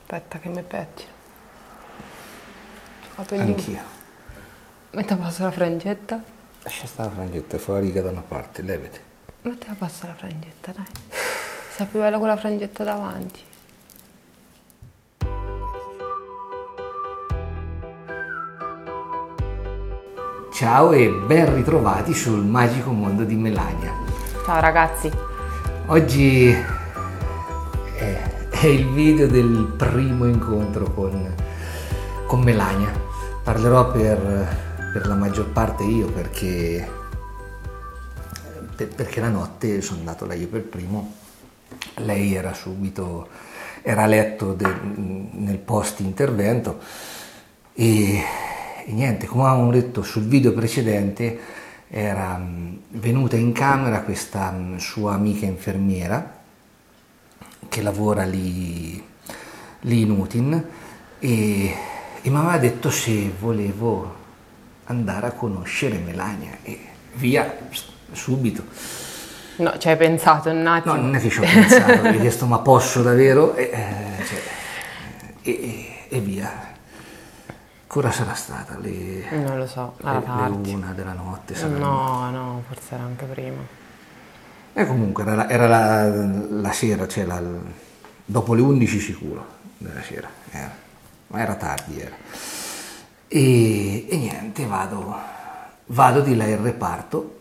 Aspetta che mi pettino. Anch'io. Metti a passo la frangetta. Lascia stare la frangetta, fa la riga da una parte, levati. Metti a passo la frangetta, dai. Sei più bella con la frangetta davanti. Ciao e ben ritrovati sul magico mondo di Melania. Ciao ragazzi. Oggi è il video del primo incontro con Melania. Parlerò per la maggior parte io perché la notte sono andato là io per primo. Lei era a letto nel post intervento e niente, come avevamo detto sul video precedente, era venuta in camera questa sua amica infermiera che lavora lì in Utin e mi aveva detto se volevo andare a conoscere Melania e via, subito. No, ci hai pensato un attimo? No, non è che ci ho pensato, mi ho chiesto ma posso davvero? E via. Che ora sarà stata? Non lo so, alla le tardi. 1 della notte? No, forse era anche prima. E comunque era la sera, cioè dopo le 11 sicuro della sera, ma era tardi. E niente, vado di là in reparto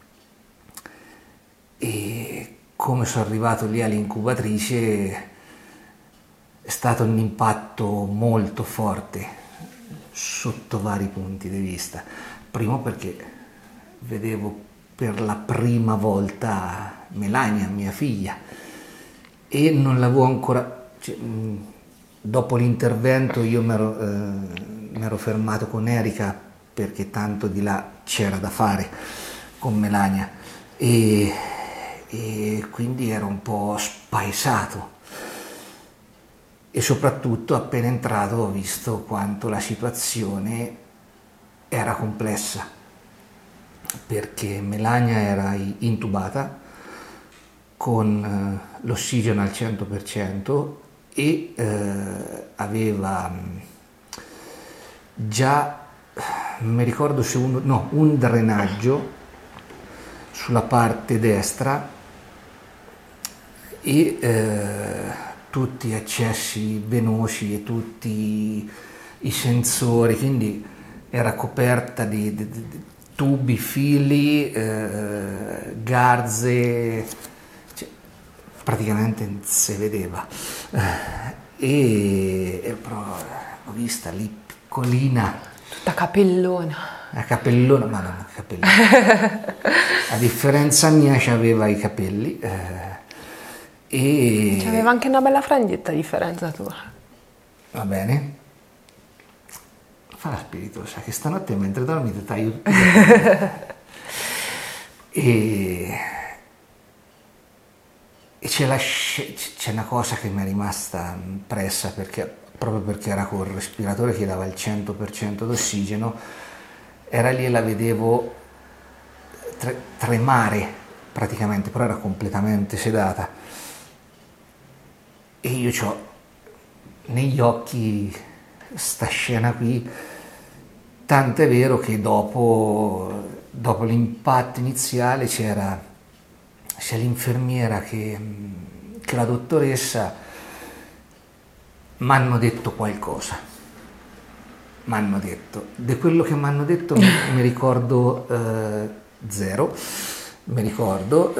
e come sono arrivato lì all'incubatrice è stato un impatto molto forte sotto vari punti di vista. Primo perché vedevo per la prima volta Melania, mia figlia, e non l'avevo ancora, dopo l'intervento io mi ero fermato con Erika perché tanto di là c'era da fare con Melania e quindi ero un po' spaesato. E soprattutto appena entrato ho visto quanto la situazione era complessa, perché Melania era intubata con l'ossigeno al 100% e aveva già, non mi ricordo se un drenaggio sulla parte destra e tutti gli accessi venosi e tutti i sensori, quindi era coperta di tubi, fili, garze, cioè, praticamente non si vedeva. Però l'ho vista lì piccolina. Tutta capellona. La capellona, ma non capellona. A differenza mia c'aveva i capelli. E C'aveva anche una bella frangetta a differenza tua. Va bene. Fa la spiritosa che stanotte mentre dormi ti taglio e c'è una cosa che mi è rimasta impressa proprio perché era col respiratore che dava il 100% d'ossigeno, era lì e la vedevo tremare praticamente, però era completamente sedata. E io c'ho negli occhi sta scena qui, tant'è vero che dopo l'impatto iniziale c'è l'infermiera che la dottoressa m'hanno detto qualcosa. M'hanno detto, di quello che mi hanno detto mi ricordo zero, mi ricordo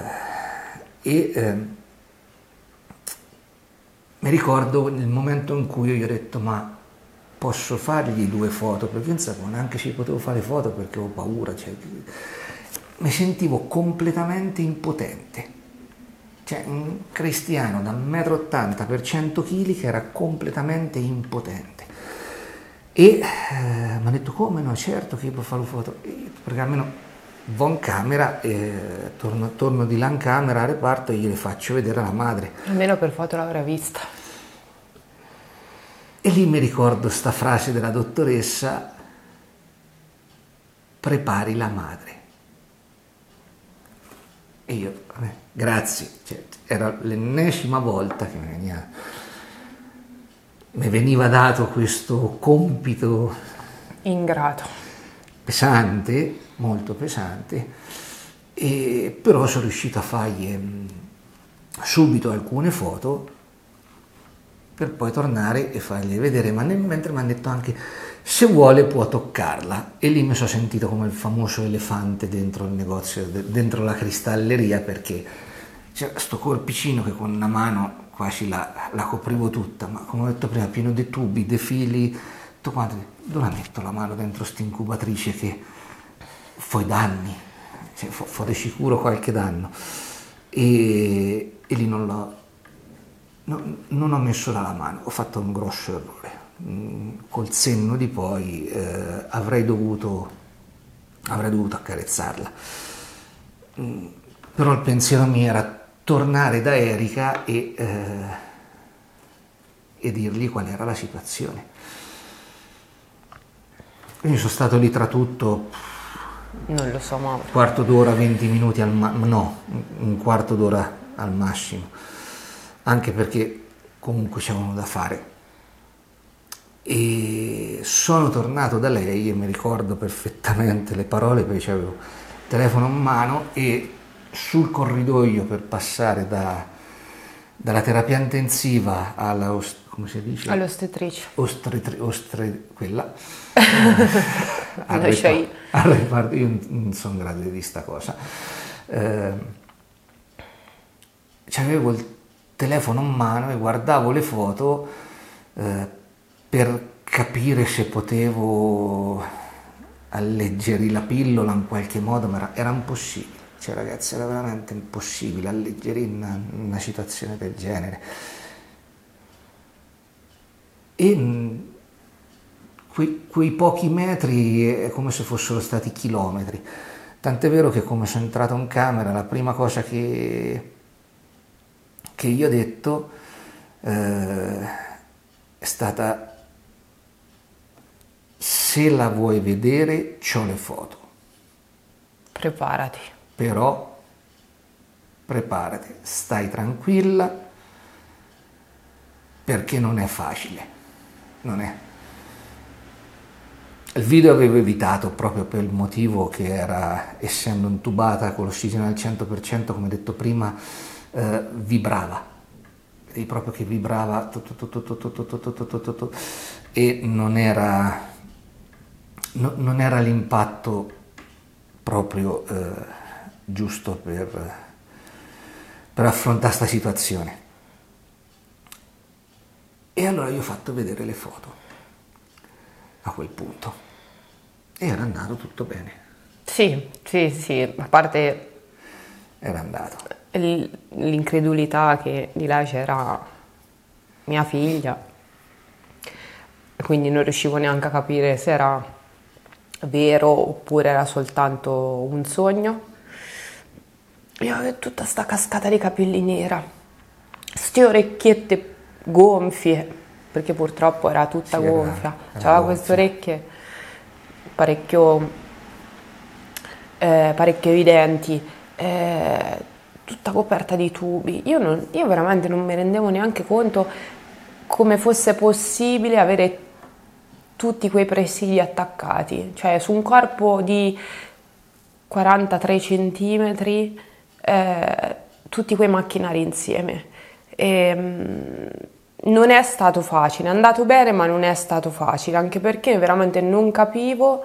mi ricordo nel momento in cui io gli ho detto ma posso fargli 2 foto, perché non sapevo neanche se potevo fare foto perché avevo paura, mi sentivo completamente impotente, un cristiano da 1,80 m per 100 kg che era completamente impotente e mi ha detto come no, certo che io posso fare una foto, perché almeno vado in camera e torno di là in camera al reparto e gliele faccio vedere alla madre. Almeno per foto l'avrà vista. E lì mi ricordo sta frase della dottoressa: prepari la madre. E io, grazie, era l'ennesima volta che mi veniva mi veniva dato questo compito Ingrato. pesante, molto pesante, e però sono riuscito a fargli subito alcune foto per poi tornare e fargli vedere, ma nel mentre mi hanno detto anche se vuole può toccarla, e lì mi sono sentito come il famoso elefante dentro il negozio, dentro la cristalleria, perché c'era sto corpicino che con una mano quasi la coprivo tutta, ma come ho detto prima, pieno di tubi, di fili, tutto quanto. Dove la metto la mano dentro sta incubatrice che fai danni, cioè, fa di sicuro qualche danno, e lì non ho messo la mano, ho fatto un grosso errore. Col senno di poi avrei dovuto accarezzarla, però il pensiero mio era tornare da Erika e dirgli qual era la situazione. Quindi sono stato lì tra tutto Non lo so, Mauro. un quarto d'ora, 20 minuti un quarto d'ora al massimo, anche perché comunque c'avevano da fare. E sono tornato da lei e mi ricordo perfettamente le parole, perché avevo il telefono in mano e sul corridoio per passare dalla terapia intensiva alla come si dice? All'ostetrice. Quella Al reparto, io non sono in grado di sta cosa. C'avevo il telefono in mano e guardavo le foto per capire se potevo alleggerire la pillola in qualche modo, ma era impossibile. Cioè ragazzi, era veramente impossibile alleggerire una situazione del genere. E quei pochi metri è come se fossero stati chilometri. Tant'è vero che come sono entrato in camera, la prima cosa che io ho detto è stata: se la vuoi vedere, c'ho le foto. Preparati. Però preparati, stai tranquilla, perché non è facile. Non è. Il video avevo evitato proprio per il motivo che era, essendo intubata con l'ossigeno al 100%, come detto prima, vibrava. Vedi proprio che vibrava e non era l'impatto proprio giusto per affrontare questa situazione. E allora io ho fatto vedere le foto a quel punto e era andato tutto bene. Sì, a parte Era andato. l'incredulità che di là c'era mia figlia, quindi non riuscivo neanche a capire se era vero oppure era soltanto un sogno. Io avevo tutta sta cascata di capelli nera, ste orecchiette gonfie, perché purtroppo era tutta gonfia, aveva queste orecchie parecchio evidenti, tutta coperta di tubi. Io veramente non mi rendevo neanche conto come fosse possibile avere tutti quei presidi attaccati, cioè su un corpo di 43 centimetri, tutti quei macchinari insieme. Non è stato facile, è andato bene, ma non è stato facile, anche perché veramente non capivo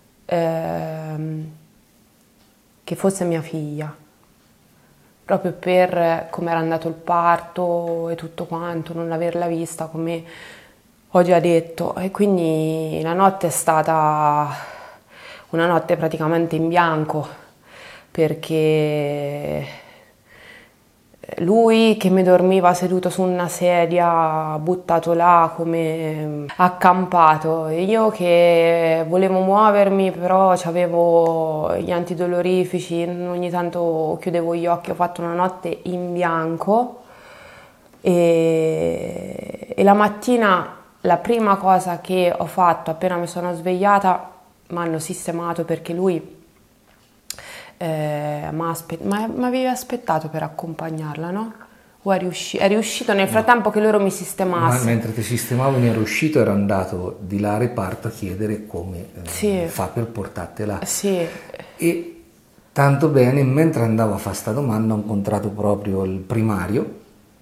che fosse mia figlia, proprio per come era andato il parto e tutto quanto, non averla vista come ho già detto. E quindi la notte è stata una notte praticamente in bianco, perché lui che mi dormiva seduto su una sedia, buttato là come accampato, e io che volevo muovermi, però avevo gli antidolorifici, ogni tanto chiudevo gli occhi. Ho fatto una notte in bianco e la mattina la prima cosa che ho fatto appena mi sono svegliata, mi hanno sistemato, perché lui mi avevi aspettato per accompagnarla, no? O è riuscito nel frattempo che loro mi Ma sistemassero? mentre ti sistemavo ero uscito, ero andato di là a reparto a chiedere come Sì. fa per portartela. Sì, E tanto bene, mentre andavo a fare sta domanda ho incontrato proprio il primario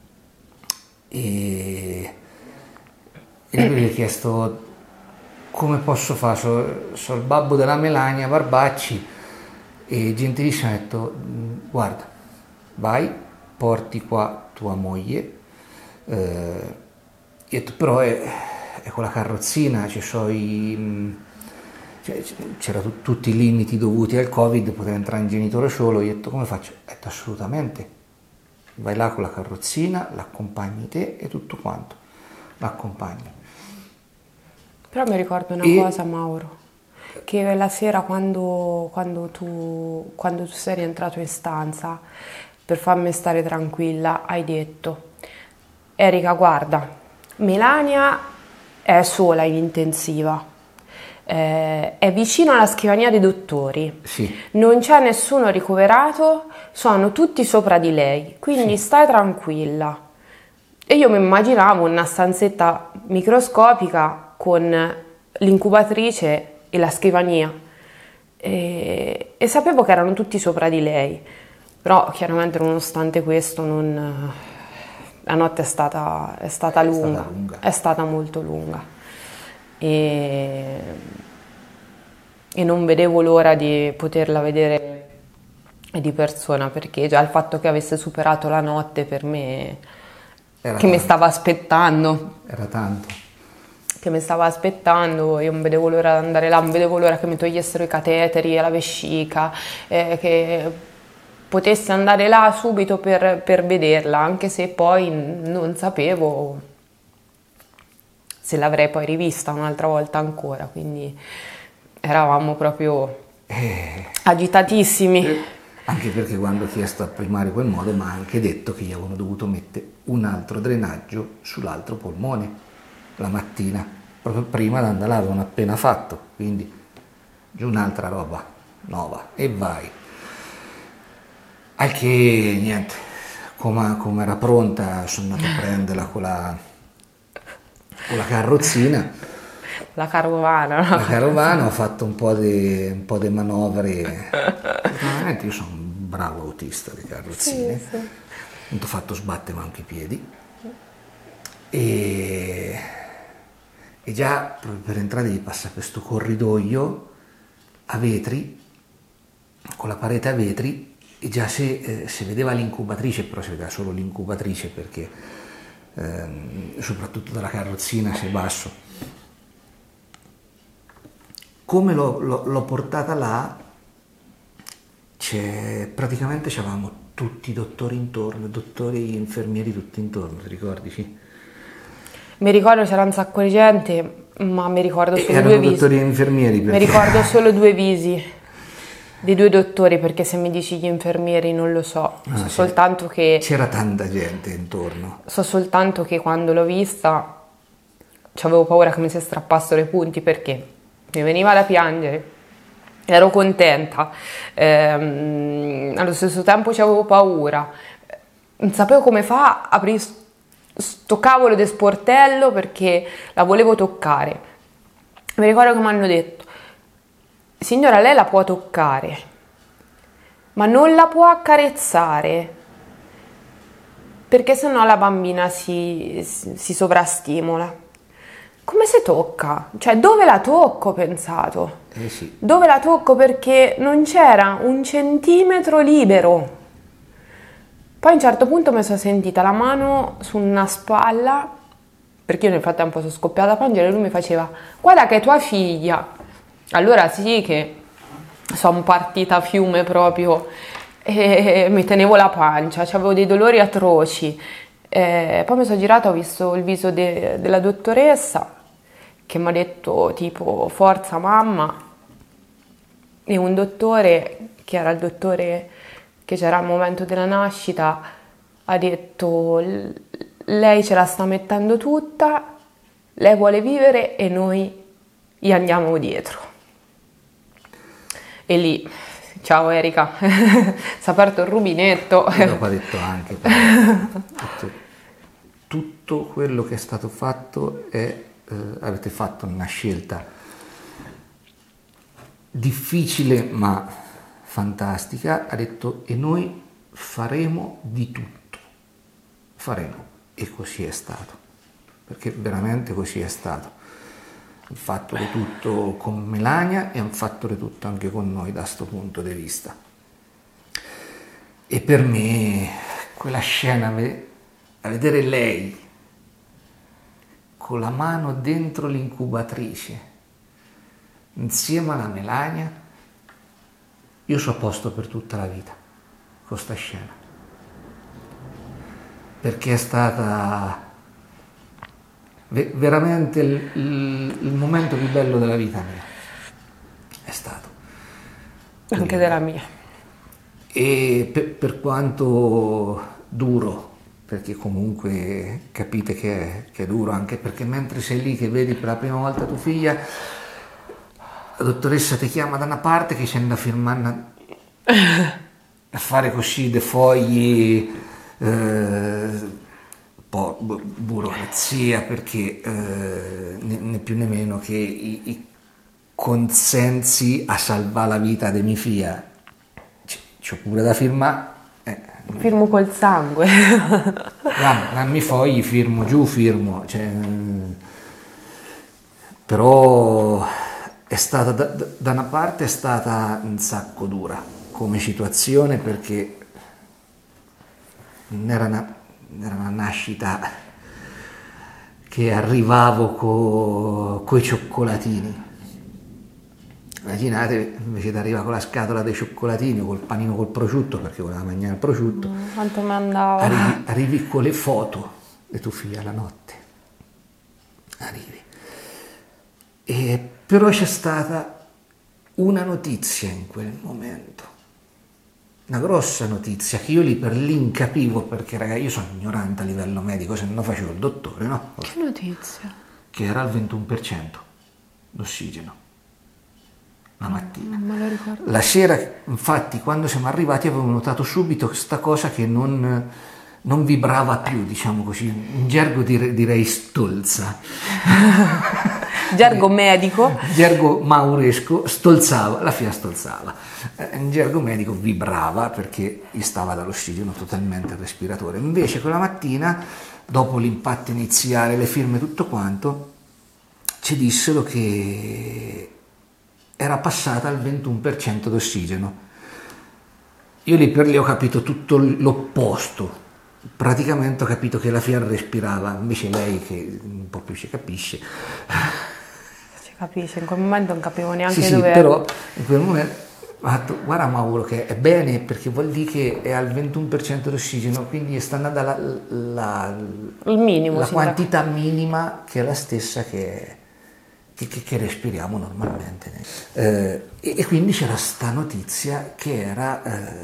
e lui gli ha chiesto come posso fare, so il babbo della Melania Barbacci, e gentilissimo ha detto guarda, vai, porti qua tua moglie, io ho detto, però è con la carrozzina, c'era tutti i limiti dovuti al Covid, poteva entrare un genitore solo. Io ho detto come faccio? Ho detto assolutamente, vai là con la carrozzina, l'accompagni te e tutto quanto, l'accompagni. però mi ricordo una cosa, Mauro, che la sera quando tu sei rientrato in stanza, per farmi stare tranquilla, hai detto: Erika, guarda, Melania è sola in intensiva, è vicino alla scrivania dei dottori, Sì. non c'è nessuno ricoverato, sono tutti sopra di lei, quindi stai tranquilla. E io mi immaginavo una stanzetta microscopica con l'incubatrice e la scrivania e sapevo che erano tutti sopra di lei, però chiaramente nonostante questo la notte è stata lunga, è stata molto lunga e non vedevo l'ora di poterla vedere di persona, perché già il fatto che avesse superato la notte per me, che mi stava aspettando, Era tanto. che mi stava aspettando, io non vedevo l'ora di andare là, non vedevo l'ora che mi togliessero i cateteri e la vescica, che potessi andare là subito per vederla, anche se poi non sapevo se l'avrei poi rivista un'altra volta ancora, quindi eravamo proprio agitatissimi. Anche perché quando ho chiesto al primario quel modo mi ha anche detto che gli avevano dovuto mettere un altro drenaggio sull'altro polmone la mattina, proprio prima di andare là, avevano appena fatto, quindi giù un'altra roba nuova e vai. Al che niente, come era pronta sono andato a prenderla con la carrozzina. La carovana. La carovana, ho fatto un po' di manovre. Veramente io sono un bravo autista di carrozzine. Sì, sì. Ho fatto sbattere anche i piedi. E già proprio per entrare devi passare questo corridoio a vetri, con la parete a vetri, e già si vedeva l'incubatrice, però si vedeva solo l'incubatrice perché soprattutto dalla carrozzina sei basso. Come l'ho portata là, praticamente c'avevamo tutti i dottori intorno, dottori, infermieri tutti intorno, ti ricordi? Sì. Mi ricordo c'era un sacco di gente, ma mi ricordo solo Erano due visi. dottori e infermieri. Mi ricordo solo due visi di due dottori, perché se mi dici gli infermieri non lo so. So soltanto che c'era tanta gente intorno. So soltanto che quando l'ho vista avevo paura che mi si strappassero i punti, perché mi veniva da piangere, ero contenta, allo stesso tempo avevo paura, non sapevo come fa a aprire sto cavolo di sportello perché la volevo toccare. Mi ricordo che mi hanno detto: signora, lei la può toccare, ma non la può accarezzare, perché sennò la bambina si sovrastimola. Come si tocca? Cioè, dove la tocco, ho pensato? Sì. Dove la tocco, perché non c'era un centimetro libero. Poi a un certo punto mi sono sentita la mano su una spalla, perché io nel frattempo sono scoppiata a piangere e lui mi faceva: guarda che è tua figlia. Allora sì che sono partita a fiume proprio e mi tenevo la pancia, avevo dei dolori atroci. Poi mi sono girata, ho visto il viso della dottoressa che mi ha detto tipo: forza mamma, e un dottore, che era il dottore che c'era al momento della nascita, ha detto: lei ce la sta mettendo tutta, lei vuole vivere e noi gli andiamo dietro. E lì Ciao Erika, si è aperto il rubinetto. E dopo ha detto anche, però, tutto quello che è stato fatto è, avete fatto una scelta difficile ma fantastica, ha detto, e noi faremo di tutto, faremo, e così è stato, perché veramente così è stato. Hanno fatto di tutto con Melania e hanno fatto di tutto anche con noi da questo punto di vista. E per me quella scena, a vedere lei con la mano dentro l'incubatrice insieme alla Melania, io sono a posto per tutta la vita con sta scena, perché è stata veramente il momento più bello della vita mia, è stato. Anche della mia. E per quanto duro, perché comunque capite che è duro, anche perché mentre sei lì che vedi per la prima volta tua figlia, la dottoressa ti chiama da una parte che c'è da firmare a fare così dei fogli, un po' burocrazia, perché né più né meno che i consensi a salvare la vita di mia figlia c'ho pure da firmare. Firmo col sangue. Dammi i fogli, firmo giù, cioè, però è stata da una parte è stata un sacco dura come situazione, perché non era una nascita che arrivavo coi cioccolatini. Immaginate, invece di arrivare con la scatola dei cioccolatini o col panino col prosciutto, perché voleva mangiare il prosciutto, Quanto mi andava. arrivi con le foto di tua figlia la notte. Arrivi. Però c'è stata una notizia in quel momento, una grossa notizia, che io lì per lì non capivo, perché ragazzi io sono ignorante a livello medico, se no facevo il dottore, no? Che notizia? Che era al 21% l'ossigeno la mattina. Non me lo ricordo. La sera, infatti, quando siamo arrivati avevo notato subito questa cosa che non vibrava più, diciamo così, in gergo direi stolza. Gergo medico. Gergo mauresco, stolzava, la figlia stolzava. In gergo medico vibrava, perché gli stava dall'ossigeno totalmente al respiratore. Invece quella mattina, dopo l'impatto iniziale, le firme, tutto quanto, ci dissero che era passata al 21% d'ossigeno. Io lì per lì ho capito tutto l'opposto. Praticamente ho capito che la figlia respirava, invece lei, che un po' più ci capisce. Si capisce, in quel momento non capivo neanche Sì, dove però in quel momento ho detto, guarda Mauro, che è bene, perché vuol dire che è al 21% d'ossigeno, quindi sta andando il minimo, la quantità minima, che è la stessa che respiriamo normalmente. E quindi c'era sta notizia che era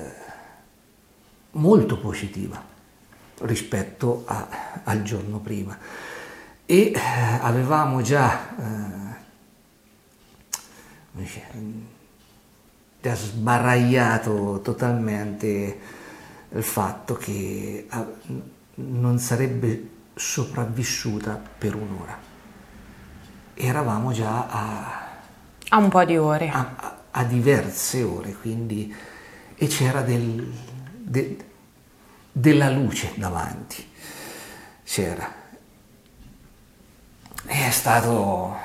molto positiva rispetto al giorno prima, e avevamo già sbaragliato totalmente il fatto che non sarebbe sopravvissuta per un'ora. Eravamo già a un po' di ore, a diverse ore, quindi, e c'era della luce davanti, c'era. È stato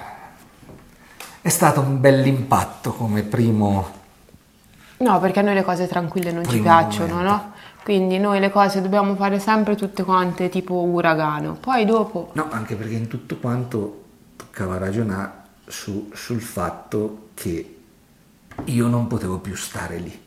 un bell'impatto come primo. No, perché a noi le cose tranquille non ci piacciono, momento. no? Quindi noi le cose dobbiamo fare sempre tutte quante tipo uragano. Poi dopo... No, anche perché in tutto quanto toccava ragionare sul fatto che io non potevo più stare lì.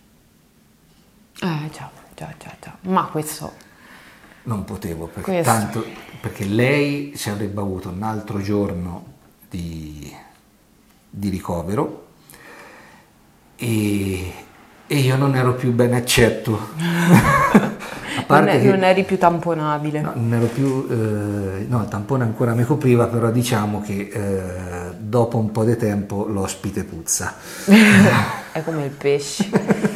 Già. Ma questo... Non potevo, perché lei ci avrebbe avuto un altro giorno di ricovero e io non ero più ben accetto A parte non eri più tamponabile. No, non ero più, no, il tampone ancora mi copriva, però diciamo che dopo un po' di tempo l'ospite puzza. È come il pesce.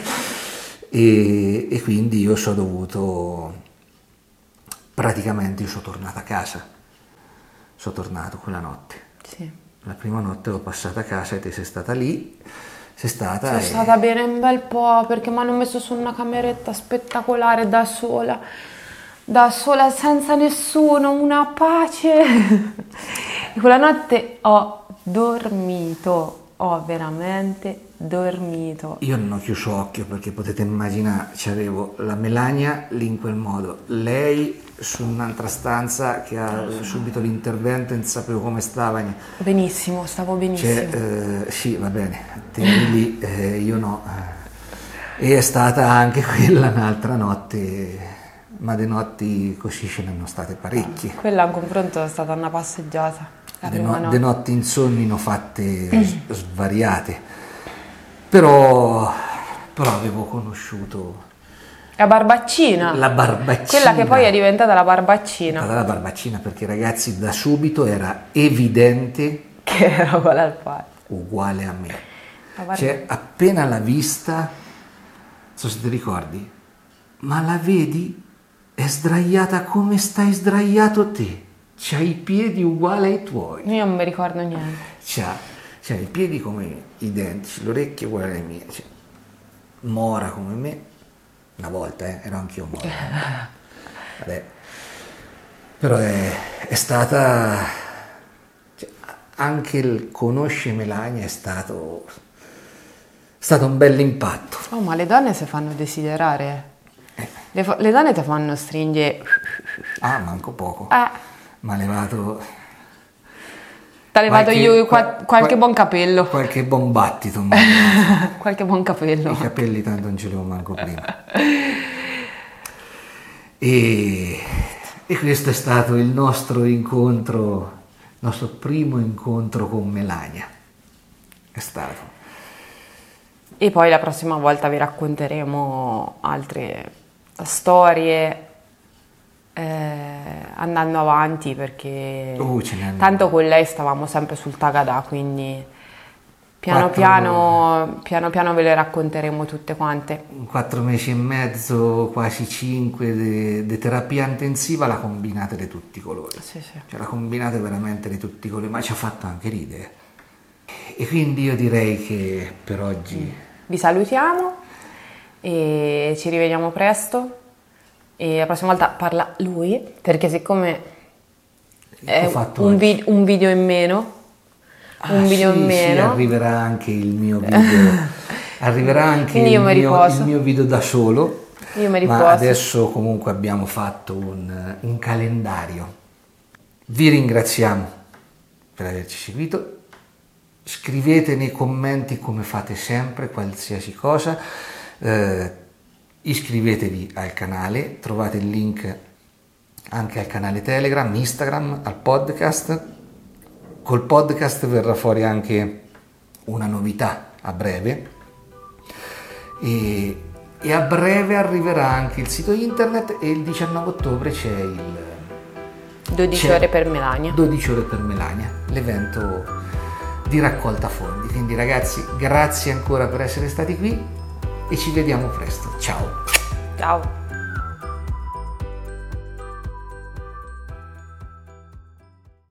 E quindi io sono dovuto, praticamente io sono tornato a casa, sono tornato quella notte. Sì. La prima notte l'ho passata a casa e te sei stata lì, sei stata... Sono stata bene un bel po' perché mi hanno messo su una cameretta spettacolare da sola senza nessuno, una pace. E quella notte ho veramente dormito. Io non ho chiuso occhio perché potete immaginare, c'avevo la Melania lì in quel modo, lei su un'altra stanza che ha subito l'intervento e non sapevo come stava. Benissimo, stavo benissimo. Sì, va bene, te eri lì, io no. E è stata anche quella un'altra notte, ma di notti così ce ne sono state parecchie. Quella a confronto è stata una passeggiata. De notti insonni ne ho fatte svariate, però avevo conosciuto la barbaccina. Quella che poi è diventata la barbaccina. La barbaccina perché ragazzi da subito era evidente che era uguale al padre. Uguale a me. Cioè appena l'ha vista, non so se ti ricordi, ma la vedi? È sdraiata come stai sdraiato te. C'ha i piedi uguali ai tuoi. Io non mi ricordo niente. C'ha i piedi come me, identici, le orecchie uguali alle mie. Cioè, mora come me. Una volta, ero anch'io mora. Vabbè. Però è stata... Cioè, anche il conoscere Melania è stato un bel impatto. Oh, ma le donne si fanno desiderare. Le donne ti fanno stringere. Ah, manco poco. Ma ha levato... T'ha levato io qualche buon capello. Qualche buon battito. Qualche buon capello. I capelli tanto non ce li avevo manco prima. E questo è stato il nostro incontro, il nostro primo incontro con Melania. È stato. E poi la prossima volta vi racconteremo altre storie andando avanti perché tanto con lei stavamo sempre sul Tagada, quindi piano piano ve le racconteremo tutte quante. 4 mesi e mezzo, quasi 5 di terapia intensiva, la combinate di tutti i colori. Sì. Cioè la combinate veramente di tutti i colori, ma ci ha fatto anche ridere. E quindi io direi che per oggi vi salutiamo e ci rivediamo presto. E la prossima volta parla lui, perché siccome è un video in meno, Sì, arriverà anche il mio video, arriverà anche il mio video da solo. Io mi riposo. Ma adesso comunque abbiamo fatto un calendario. Vi ringraziamo per averci seguito. Scrivete nei commenti come fate sempre, qualsiasi cosa. Iscrivetevi al canale, trovate il link anche al canale Telegram, Instagram, al podcast. Col podcast verrà fuori anche una novità a breve e a breve arriverà anche il sito internet e il 19 ottobre c'è il 12 ore per Melania. 12 ore per Melania, l'evento di raccolta fondi. Quindi ragazzi, grazie ancora per essere stati qui e ci vediamo presto. Ciao. Ciao.